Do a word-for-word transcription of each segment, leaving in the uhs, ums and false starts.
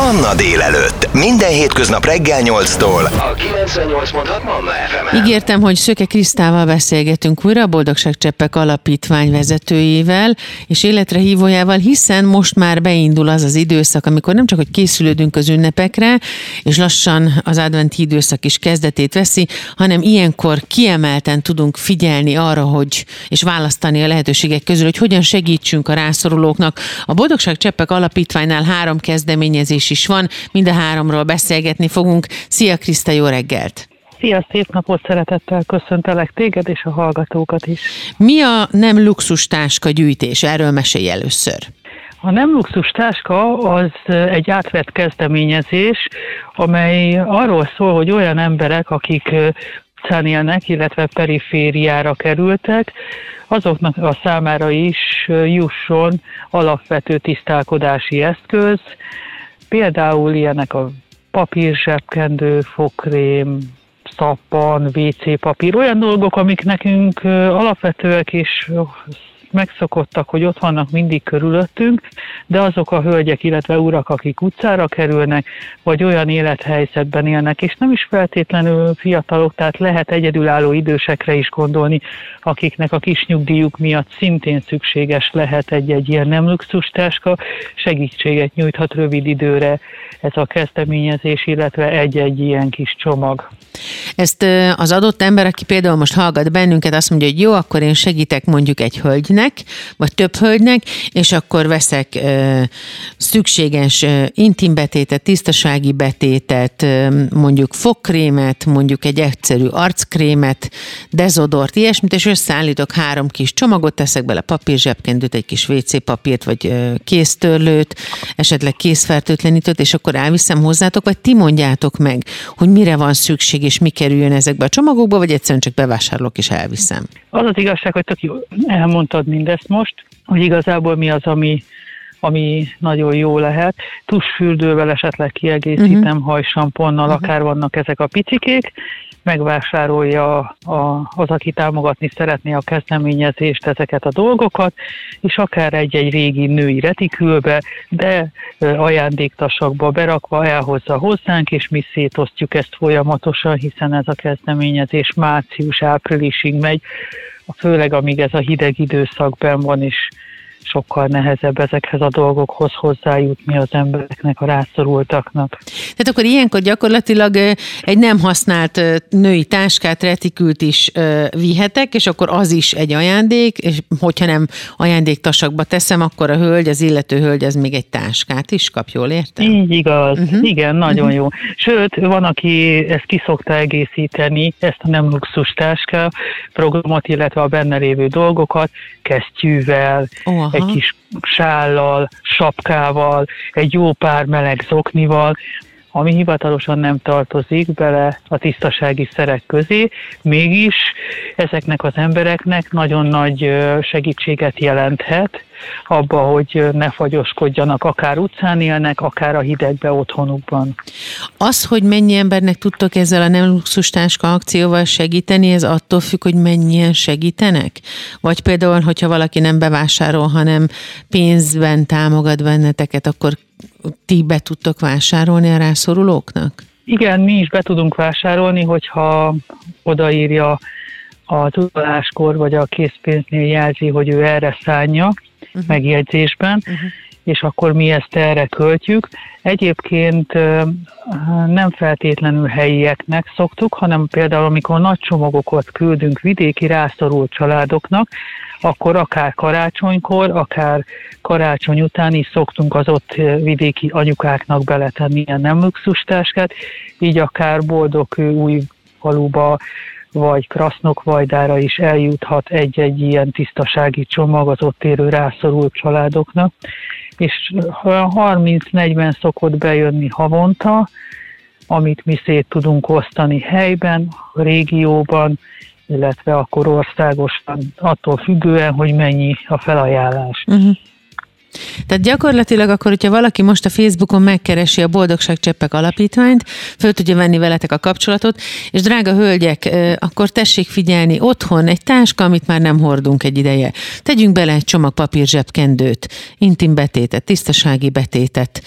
Manna délelőtt. Minden hétköznap reggel nyolctól a kilencvennyolc pont hat Manna ef emen. Ígértem, hogy Szöke Krisztával beszélgetünk újra, a Boldogságcseppek Alapítvány vezetőjével és életre hívójával, hiszen most már beindul az az időszak, amikor nem csak, hogy készülődünk az ünnepekre, és lassan az adventi időszak is kezdetét veszi, hanem ilyenkor kiemelten tudunk figyelni arra, hogy, és választani a lehetőségek közül, hogy hogyan segítsünk a rászorulóknak. A Boldogságcseppek Alapítványnál három kezdeményezés is van, mind a háromról beszélgetni fogunk. Szia Kriszta, jó reggelt! Szia, szép napot, szeretettel köszöntelek téged és a hallgatókat is. Mi a nem luxus táska gyűjtés? Erről mesélj először. A nem luxus táska az egy átvett kezdeményezés, amely arról szól, hogy olyan emberek, akik utcán élnek, illetve perifériára kerültek, azoknak a számára is jusson alapvető tisztálkodási eszköz, például ilyenek a papírzsebkendő, fogkrém, szappan, vé cé papír, olyan dolgok, amik nekünk alapvetőek és megszokottak, hogy ott vannak mindig körülöttünk, de azok a hölgyek, illetve urak, akik utcára kerülnek, vagy olyan élethelyzetben élnek, és nem is feltétlenül fiatalok, tehát lehet egyedülálló idősekre is gondolni, akiknek a kis nyugdíjuk miatt szintén szükséges lehet egy-egy ilyen nem luxus táska, segítséget nyújthat rövid időre ez a kezdeményezés, illetve egy-egy ilyen kis csomag. Ezt az adott ember, aki például most hallgat bennünket, azt mondja, hogy jó, akkor én segítek mondjuk egy hölgynek, vagy több hölgynek, és akkor veszek ö, szükséges ö, intim betétet, tisztasági betétet, ö, mondjuk fogkrémet, mondjuk egy egyszerű arckrémet, dezodort, ilyesmit, és összeállítok három kis csomagot, teszek bele papírzsebkendőt, egy kis vé cé papírt, vagy ö, kéztörlőt, esetleg kézfertőtlenítőt, és akkor elviszem hozzátok, vagy ti mondjátok meg, hogy mire van szükség, és mi kerüljön ezekbe a csomagokba, vagy egyszerűen csak bevásárolok és elviszem? Az az igazság, hogy tök jó, elmondtad mindezt most, hogy igazából mi az, ami, ami nagyon jó lehet. Tusfürdővel esetleg kiegészítem, uh-huh. hajsamponnal, uh-huh. akár vannak ezek a picikék, megvásárolja a, az, aki támogatni szeretné a kezdeményezést, ezeket a dolgokat, és akár egy-egy régi női retikülbe, de ajándéktasakba berakva elhozza hozzánk, és mi szétosztjuk ezt folyamatosan, hiszen ez a kezdeményezés március-áprilisig megy, főleg amíg ez a hideg időszakban van, és sokkal nehezebb ezekhez a dolgokhoz hozzájutni az embereknek, a rászorultaknak. Tehát akkor ilyenkor gyakorlatilag egy nem használt női táskát, retikült is vihetek, és akkor az is egy ajándék, és hogyha nem ajándéktasakba teszem, akkor a hölgy, az illető hölgy, az még egy táskát is kap, jól értem? Így igaz, uh-huh. igen, nagyon uh-huh. jó. Sőt, van, aki ezt ki szokta egészíteni, ezt a nem luxus táska programot, illetve a benne lévő dolgokat, kesztyűvel, oh, egy kis sállal, sapkával, egy jó pár meleg zoknival, ami hivatalosan nem tartozik bele a tisztasági szerek közé, mégis ezeknek az embereknek nagyon nagy segítséget jelenthet abba, hogy ne fagyoskodjanak, akár utcán élnek, akár a hidegbe otthonukban. Az, hogy mennyi embernek tudtok ezzel a nem luxus táska akcióval segíteni, ez attól függ, hogy mennyien segítenek? Vagy például, hogyha valaki nem bevásárol, hanem pénzben támogat benneteket, akkor ti be tudtok vásárolni a rászorulóknak? Igen, mi is be tudunk vásárolni, hogyha odaírja az utaláskor, vagy a készpénznél jelzi, hogy ő erre szánja, uh-huh. megjegyzésben, uh-huh. és akkor mi ezt erre költjük. Egyébként nem feltétlenül helyieknek szoktuk, hanem például amikor nagy csomagokat küldünk vidéki rászorult családoknak, akkor akár karácsonykor, akár karácsony után is szoktunk az ott vidéki anyukáknak beletenni ilyen nem luxus táskát, így akár boldog új faluba, vagy Krasznokvajdára is eljuthat egy-egy ilyen tisztasági csomag az ott élő rászorult családoknak, és harminc-negyven szokott bejönni havonta, amit mi szét tudunk osztani helyben, régióban, illetve akkor országosan, attól függően, hogy mennyi a felajánlás. Uh-huh. Tehát gyakorlatilag akkor, hogyha valaki most a Facebookon megkeresi a Boldogságcseppek Alapítványt, föl tudja venni veletek a kapcsolatot, és drága hölgyek, akkor tessék figyelni, otthon egy táska, amit már nem hordunk egy ideje. Tegyünk bele egy csomag papír zsebkendőt, intim betétet, tisztasági betétet,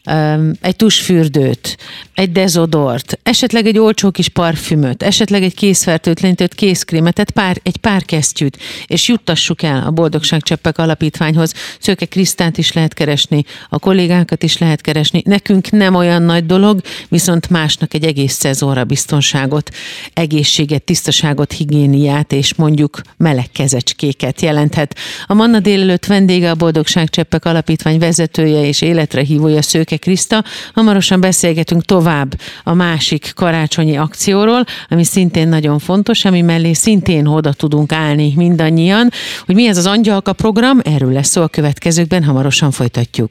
egy tusfürdőt, egy dezodort, esetleg egy olcsó kis parfümöt, esetleg egy készfertőtlenítőt, készkrémet, pár, egy pár kesztyűt, és juttassuk el a Boldogságcseppek Alapítványhoz. Szőke Krisztát is lehet keresni, a kollégákat is lehet keresni. Nekünk nem olyan nagy dolog, viszont másnak egy egész szezonra biztonságot, egészséget, tisztaságot, higiéniát és mondjuk meleg kezecskéket jelenthet. A Manna délelőtt vendége a Boldogságcseppek Alapítvány vezetője és életre hívója Szőke Kriszta. Hamarosan beszélgetünk tovább a másik karácsonyi akcióról, ami szintén nagyon fontos, ami mellé szintén oda tudunk állni mindannyian. Hogy mi ez az Angyalka program, erről lesz szó a következőkben, hamarosan folytatjuk.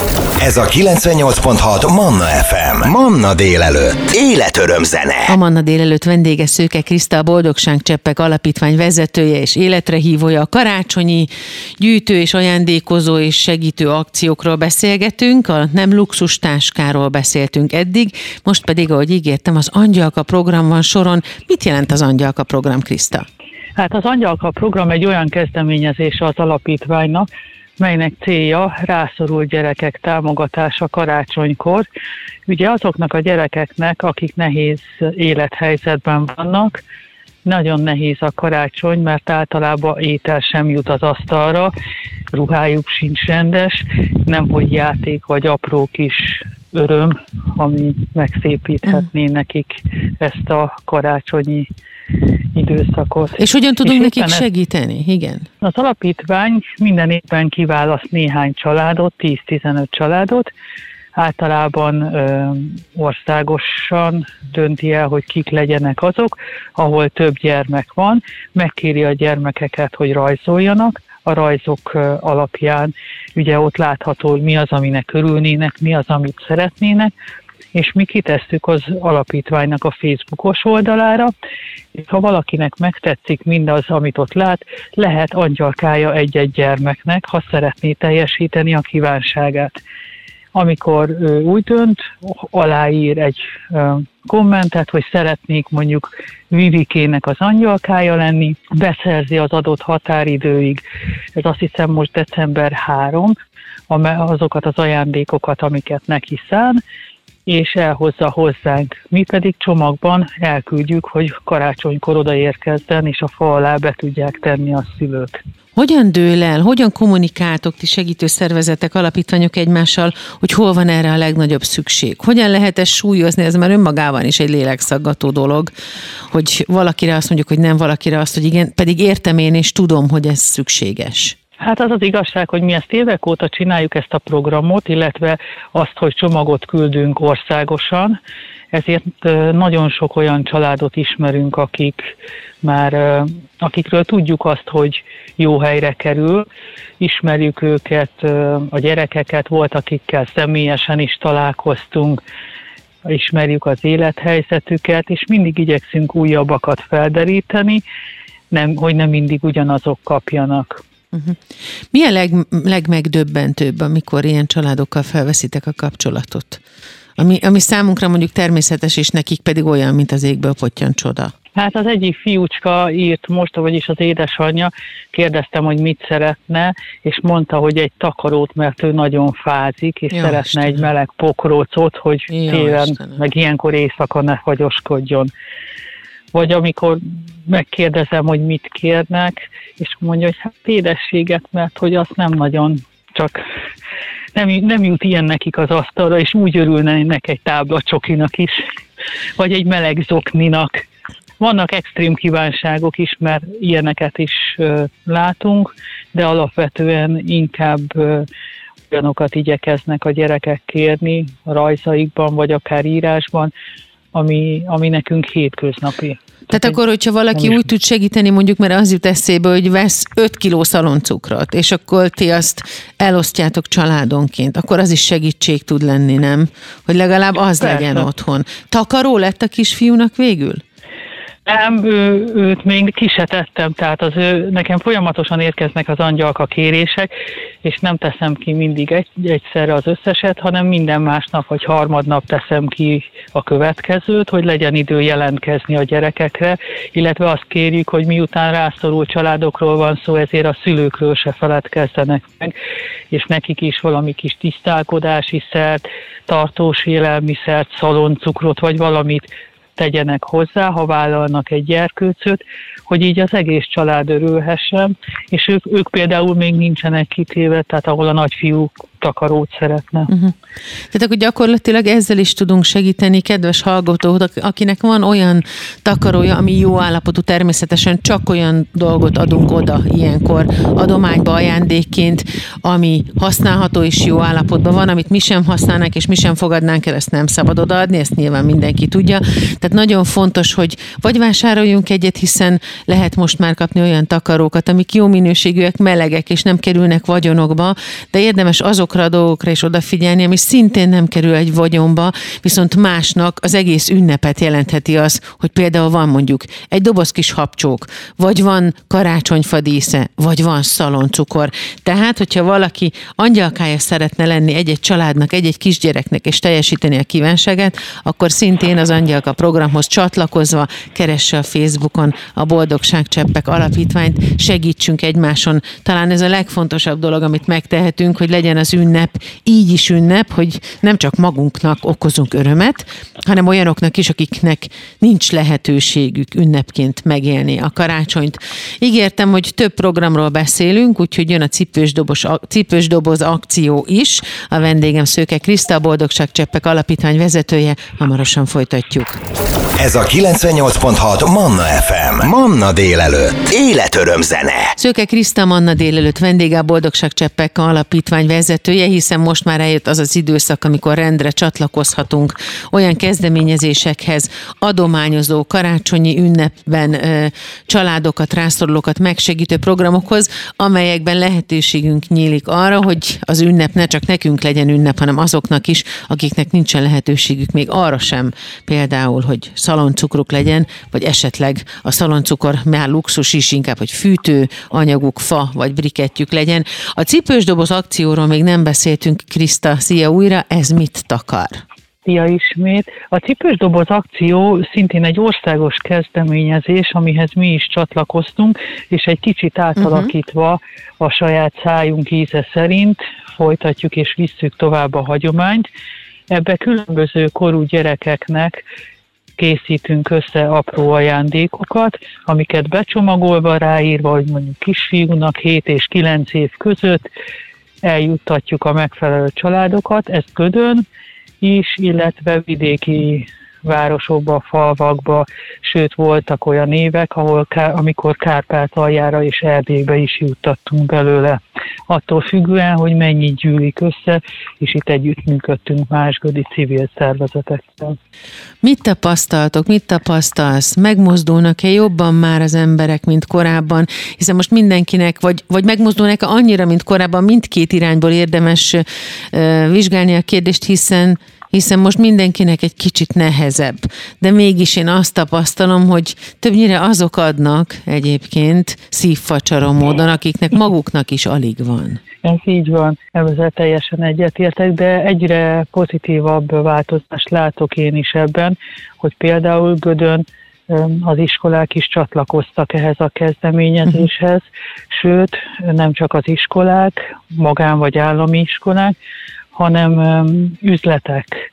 Ez a kilencvennyolc pont hat Manna ef em. Manna délelőtt. Életöröm zene. A Manna délelőtt vendége Szőke Kriszta, a Boldogságcseppek Alapítvány vezetője és életre hívója. A karácsonyi gyűjtő és ajándékozó és segítő akciókról beszélgetünk, a nem luxus táskáról beszéltünk eddig, most pedig, ahogy ígértem, az Angyalka program van soron. Mit jelent az Angyalka program, Kriszta? Hát az Angyalka program egy olyan kezdeményezése az alapítványnak, melynek célja rászorult gyerekek támogatása karácsonykor. Ugye azoknak a gyerekeknek, akik nehéz élethelyzetben vannak, nagyon nehéz a karácsony, mert általában étel sem jut az asztalra, ruhájuk sincs rendes, nemhogy játék vagy apró kis öröm, ami megszépíthetné nekik ezt a karácsonyi időszakot. És hogyan tudunk és nekik segíteni? Igen. Az alapítvány minden évben kiválaszt néhány családot, tíz-tizenöt családot, általában ö, országosan dönti el, hogy kik legyenek azok, ahol több gyermek van, megkéri a gyermekeket, hogy rajzoljanak, a rajzok ö, alapján ugye ott látható, hogy mi az, aminek örülnének, mi az, amit szeretnének, és mi kitesszük az alapítványnak a Facebookos oldalára, és ha valakinek megtetszik mindaz, amit ott lát, lehet angyalkája egy-egy gyermeknek, ha szeretné teljesíteni a kívánságát. Amikor ő úgy dönt, aláír egy ö, kommentet, hogy szeretnék mondjuk Vivikének az angyalkája lenni, beszerzi az adott határidőig, ez azt hiszem most december harmadika, azokat az ajándékokat, amiket neki szán, és elhozza hozzánk. Mi pedig csomagban elküldjük, hogy karácsonykor odaérkezzen, és a fa alá be tudják tenni a szülők. Hogyan dől el, hogyan kommunikáltok ti segítő szervezetek, alapítványok egymással, hogy hol van erre a legnagyobb szükség? Hogyan lehet ezt súlyozni? Ez már önmagában is egy lélegszaggató dolog, hogy valakire azt mondjuk, hogy nem, valakire azt, hogy igen, pedig értem én és tudom, hogy ez szükséges. Hát az az igazság, hogy mi ezt évek óta csináljuk ezt a programot, illetve azt, hogy csomagot küldünk országosan, ezért nagyon sok olyan családot ismerünk, akik már, akikről tudjuk azt, hogy jó helyre kerül, ismerjük őket, a gyerekeket, volt, akikkel személyesen is találkoztunk, ismerjük az élethelyzetüket, és mindig igyekszünk újabbakat felderíteni, nem, hogy nem mindig ugyanazok kapjanak. Uh-huh. Mi a leg, legmegdöbbentőbb, amikor ilyen családokkal felveszitek a kapcsolatot? Ami, ami számunkra mondjuk természetes, és nekik pedig olyan, mint az égből pottyan csoda. Hát az egyik fiúcska írt most, vagyis az édesanyja, kérdeztem, hogy mit szeretne, és mondta, hogy egy takarót, mert ő nagyon fázik, és jó, szeretne Istenem. Egy meleg pokrócot, hogy jó, télen, Istenem. Meg ilyenkor éjszaka ne fagyoskodjon. Vagy amikor megkérdezem, hogy mit kérnek, és mondja, hogy hát édességet, mert hogy azt nem nagyon, csak nem, nem jut ilyen nekik az asztalra, és úgy örülnek egy tábla csokinak is, vagy egy meleg zokninak. Vannak extrém kívánságok is, mert ilyeneket is uh, látunk, de alapvetően inkább uh, olyanokat igyekeznek a gyerekek kérni a rajzaikban, vagy akár írásban, ami, ami nekünk hétköznapi. Tehát akkor, hogyha valaki úgy tud segíteni, mondjuk, mert az jut eszébe, hogy vesz öt kiló szaloncukrot, és akkor ti azt elosztjátok családonként, akkor az is segítség tud lenni, nem? Hogy legalább az Persze. legyen otthon. Takaró lett a kisfiúnak végül? Nem, ő, őt még ki se tettem, tehát az ő, nekem folyamatosan érkeznek az angyalka kérések, és nem teszem ki mindig egy, egyszerre az összeset, hanem minden másnap vagy harmadnap teszem ki a következőt, hogy legyen idő jelentkezni a gyerekekre, illetve azt kérjük, hogy miután rászorult családokról van szó, ezért a szülőkről se feledkezzenek meg, és nekik is valami kis tisztálkodási szert, tartós élelmiszert, szaloncukrot, vagy valamit tegyenek hozzá, ha vállalnak egy gyerkőcöt, hogy így az egész család örülhessen, és ők, ők például még nincsenek kitéve, tehát ahol a nagyfiú takarót szeretne. Uh-huh. Tehát akkor gyakorlatilag ezzel is tudunk segíteni, kedves hallgatók, akinek van olyan takarója, ami jó állapotú, természetesen csak olyan dolgot adunk oda ilyenkor adományba, ajándékként, ami használható és jó állapotban van, amit mi sem használnánk, és mi sem fogadnánk el, ezt nem szabad odaadni, ezt nyilván mindenki tudja. Tehát nagyon fontos, hogy vagy vásároljunk egyet, hiszen lehet most már kapni olyan takarókat, amik jó minőségűek, melegek, és nem kerülnek vagyonokba, de érdemes azokra a dolgokra is odafigyelni, ami szintén nem kerül egy vagyonba, viszont másnak az egész ünnepet jelentheti az, hogy például van mondjuk egy doboz kis habcsók, vagy van karácsonyfa dísze, vagy van szaloncukor. Tehát, hogyha valaki angyalkája szeretne lenni egy-egy családnak, egy-egy kisgyereknek, és teljesíteni a kívánságát, akkor szintén az Angyalka programhoz csatlakozva keresse a Facebookon a Boldogságcseppek alapítványt, segítsünk egymáson. Talán ez a legfontosabb dolog, amit megtehetünk, hogy legyen az ünnep így is ünnep, hogy nem csak magunknak okozunk örömet, hanem olyanoknak is, akiknek nincs lehetőségük ünnepként megélni a karácsonyt. Ígértem, hogy több programról beszélünk, úgyhogy jön a cipős doboz, cipős doboz akció is. A vendégem Szőke Kriszta, a Boldogságcseppek alapítvány vezetője. Hamarosan folytatjuk. Ez a kilencvennyolc pont hat Manna ef em. Manna délelőtt. Életöröm zene. Szőke Kriszta, Manna délelőtt vendége, a Boldogságcseppek alapítvány vezetője, hiszen most már eljött az az időszak, amikor rendre csatlakozhatunk olyan kezdeményezésekhez, adományozó, karácsonyi ünnepben ö, családokat, rászorulókat megsegítő programokhoz, amelyekben lehetőségünk nyílik arra, hogy az ünnep ne csak nekünk legyen ünnep, hanem azoknak is, akiknek nincsen lehetőségük még arra sem, például, hogy szaloncukruk legyen, vagy esetleg a szaloncukor már luxus is, inkább, hogy fűtő anyaguk, fa vagy brikettjük legyen. A cipős doboz akcióról még nem beszéltünk, Kriszta, szia újra, ez mit takar? Szia ismét. A cipős doboz akció szintén egy országos kezdeményezés, amihez mi is csatlakoztunk, és egy kicsit átalakítva uh-huh. a saját szájunk íze szerint folytatjuk és visszük tovább a hagyományt. Ebbe különböző korú gyerekeknek készítünk össze apró ajándékokat, amiket becsomagolva, ráírva, hogy mondjuk kisfiúnak hét és kilenc év között eljuttatjuk a megfelelő családokat, ezt Gödön is, illetve vidéki városokba, falvakba, sőt voltak olyan évek, ahol amikor Kárpátaljára és Erdélybe is juttattunk belőle. Attól függően, hogy mennyit gyűlik össze, és itt együttműködtünk más gödi civil szervezetekkel. Mit tapasztaltok, mit tapasztalsz? Megmozdulnak-e jobban már az emberek, mint korábban? Hiszen most mindenkinek, vagy, vagy megmozdulnak-e annyira, mint korábban, mindkét irányból érdemes uh, vizsgálni a kérdést, hiszen hiszen most mindenkinek egy kicsit nehezebb. De mégis én azt tapasztalom, hogy többnyire azok adnak egyébként szívfacsaró módon, akiknek maguknak is alig van. Ez így van, ezzel teljesen egyetértek, de egyre pozitívabb változást látok én is ebben, hogy például Gödön az iskolák is csatlakoztak ehhez a kezdeményezéshez, sőt, nem csak az iskolák, magán vagy állami iskolák, hanem üzletek,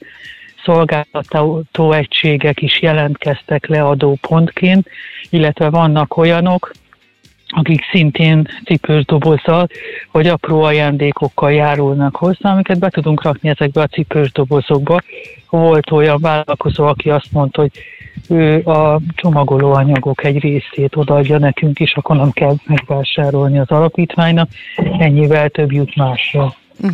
szolgáltató egységek is jelentkeztek leadópontként, illetve vannak olyanok, akik szintén cipős dobozzal vagy apró ajándékokkal járulnak hozzá, amiket be tudunk rakni ezekbe a cipős dobozokba. Volt olyan vállalkozó, aki azt mondta, hogy ő a csomagolóanyagok egy részét odaadja nekünk is, akkor nem kell megvásárolni az alapítványnak, ennyivel több jut másra. Uh-huh.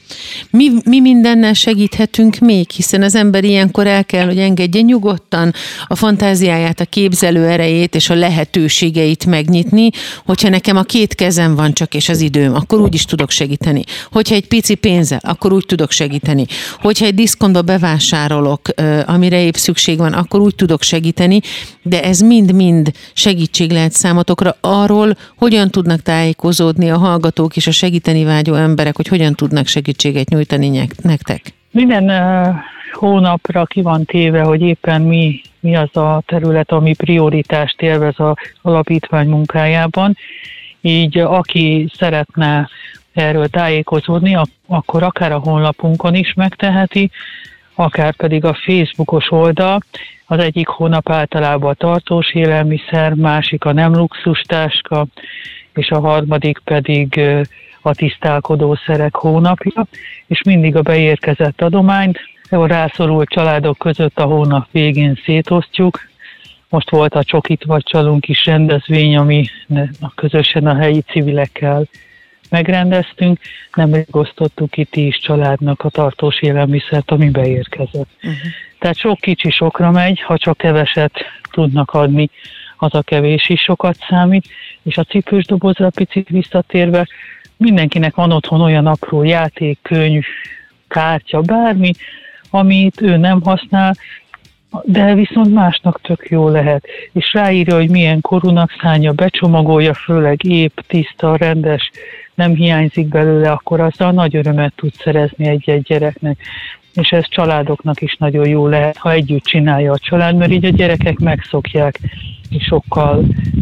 Mi, mi mindennel segíthetünk még, hiszen az ember ilyenkor el kell, hogy engedje nyugodtan a fantáziáját, a képzelő erejét és a lehetőségeit megnyitni, hogyha nekem a két kezem van csak és az időm, akkor úgy is tudok segíteni. Hogyha egy pici pénzzel, akkor úgy tudok segíteni. Hogyha egy diszkontba bevásárolok, amire épp szükség van, akkor úgy tudok segíteni, de ez mind-mind segítség lehet számotokra arról, hogyan tudnak tájékozódni a hallgatók és a segíteni vágyó emberek, hogy hogyan tudnak segítséget nyújtani nektek? Minden uh, hónapra ki van téve, hogy éppen mi, mi az a terület, ami prioritást élvez az alapítvány munkájában. Így aki szeretne erről tájékozódni, akkor akár a honlapunkon is megteheti, akár pedig a Facebookos oldal. Az egyik hónap általában a tartós élelmiszer, másik a nem luxustáska, és a harmadik pedig a tisztálkodószerek hónapja, és mindig a beérkezett adományt a rászorult családok között a hónap végén szétosztjuk. Most volt a Csokit vagy csalunk is rendezvény, ami közösen a helyi civilekkel megrendeztünk, nemrég osztottuk ki tíz családnak a tartós élelmiszert, ami beérkezett. Uh-huh. Tehát sok kicsi sokra megy, ha csak keveset tudnak adni, az a kevés is sokat számít, és a cipős dobozra picit visszatérve, mindenkinek van otthon olyan apró játék, könyv, kártya, bármi, amit ő nem használ, de viszont másnak tök jó lehet. És ráírja, hogy milyen korúnak szánja, becsomagolja, főleg épp, tiszta, rendes, nem hiányzik belőle, akkor azzal nagy örömet tud szerezni egy-egy gyereknek. És ez családoknak is nagyon jó lehet, ha együtt csinálja a család, mert így a gyerekek megszokják, és sokkal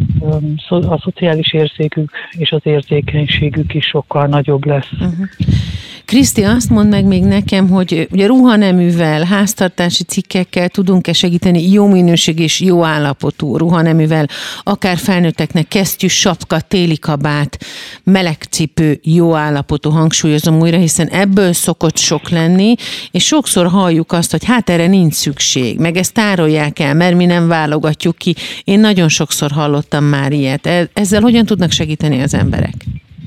a szociális érzékük és az érzékenységük is sokkal nagyobb lesz. Uh-huh. Kriszti, azt mondd meg még nekem, hogy ugye ruhaneművel, háztartási cikkekkel tudunk-e segíteni jó minőség és jó állapotú ruhaneművel, akár felnőtteknek kesztyű, sapka, téli kabát, melegcipő, jó állapotú, hangsúlyozom újra, hiszen ebből szokott sok lenni, és sokszor halljuk azt, hogy hát erre nincs szükség, meg ezt tárolják el, mert mi nem válogatjuk ki. Én nagyon sokszor hallottam már ilyet. Ezzel hogyan tudnak segíteni az emberek?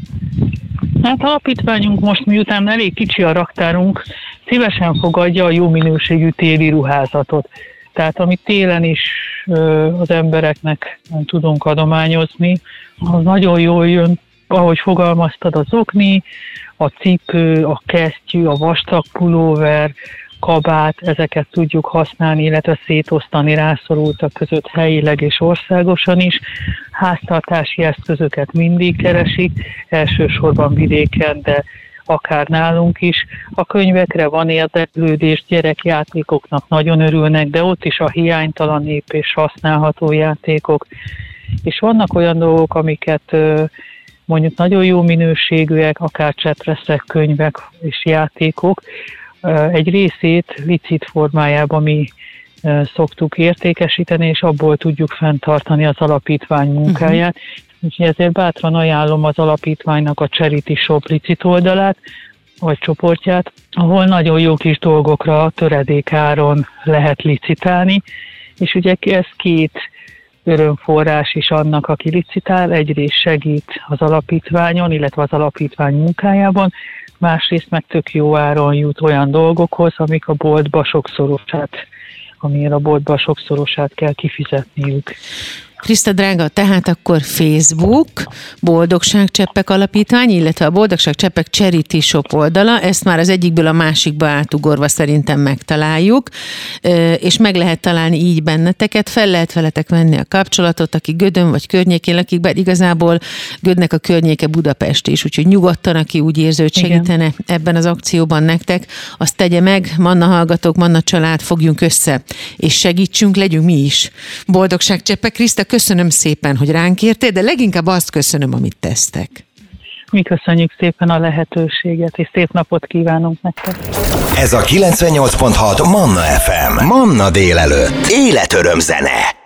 Hát alapítványunk most, miután elég kicsi a raktárunk, szívesen fogadja a jó minőségű téli ruházatot. Tehát amit télen is ö, az embereknek tudunk adományozni, az nagyon jól jön, ahogy fogalmaztad, az okni, a cipő, a kesztyű, a vastag pulóver, kabát, ezeket tudjuk használni, illetve szétosztani rászorultak között helyileg és országosan is. Háztartási eszközöket mindig keresik, elsősorban vidéken, de akár nálunk is. A könyvekre van érdeklődés, gyerekjátékoknak nagyon örülnek, de ott is a hiánytalan épp és használható játékok. És vannak olyan dolgok, amiket mondjuk nagyon jó minőségűek, akár csetreszek, könyvek és játékok. Egy részét licit formájában mi szoktuk értékesíteni, és abból tudjuk fenntartani az alapítvány munkáját. Uh-huh. Úgyhogy ezért bátran ajánlom az alapítványnak a Charity Shop licit oldalát, vagy csoportját, ahol nagyon jó kis dolgokra töredékáron lehet licitálni, és ugye ez két örömforrás is annak, aki licitál, egyrészt segít az alapítványon, illetve az alapítvány munkájában, másrészt meg tök jó áron jut olyan dolgokhoz, amik a boltba sokszorosát, amiért a boltba sokszorosát kell kifizetniük. Kriszta drága, tehát akkor Facebook, Boldogságcseppek Alapítvány, illetve a Boldogságcseppek Charity Shop oldala, ezt már az egyikből a másikba átugorva szerintem megtaláljuk, és meg lehet találni így benneteket, fel lehet veletek venni a kapcsolatot, aki Gödön vagy környékén lakik, bár igazából Gödnek a környéke Budapest is, úgyhogy nyugodtan, aki úgy érzi, hogy segítene Igen. ebben az akcióban nektek, azt tegye meg, Manna hallgatók, Manna család, fogjunk össze, és segítsünk, legyünk mi is. Boldogságcseppek. Kriszta, köszönöm szépen, hogy ránk értél, de leginkább azt köszönöm, amit tesztek. Mi köszönjük szépen a lehetőséget, és szép napot kívánunk nektek. Ez a kilencvennyolc pont hat Manna ef em. Manna délelőtt. Életöröm zene.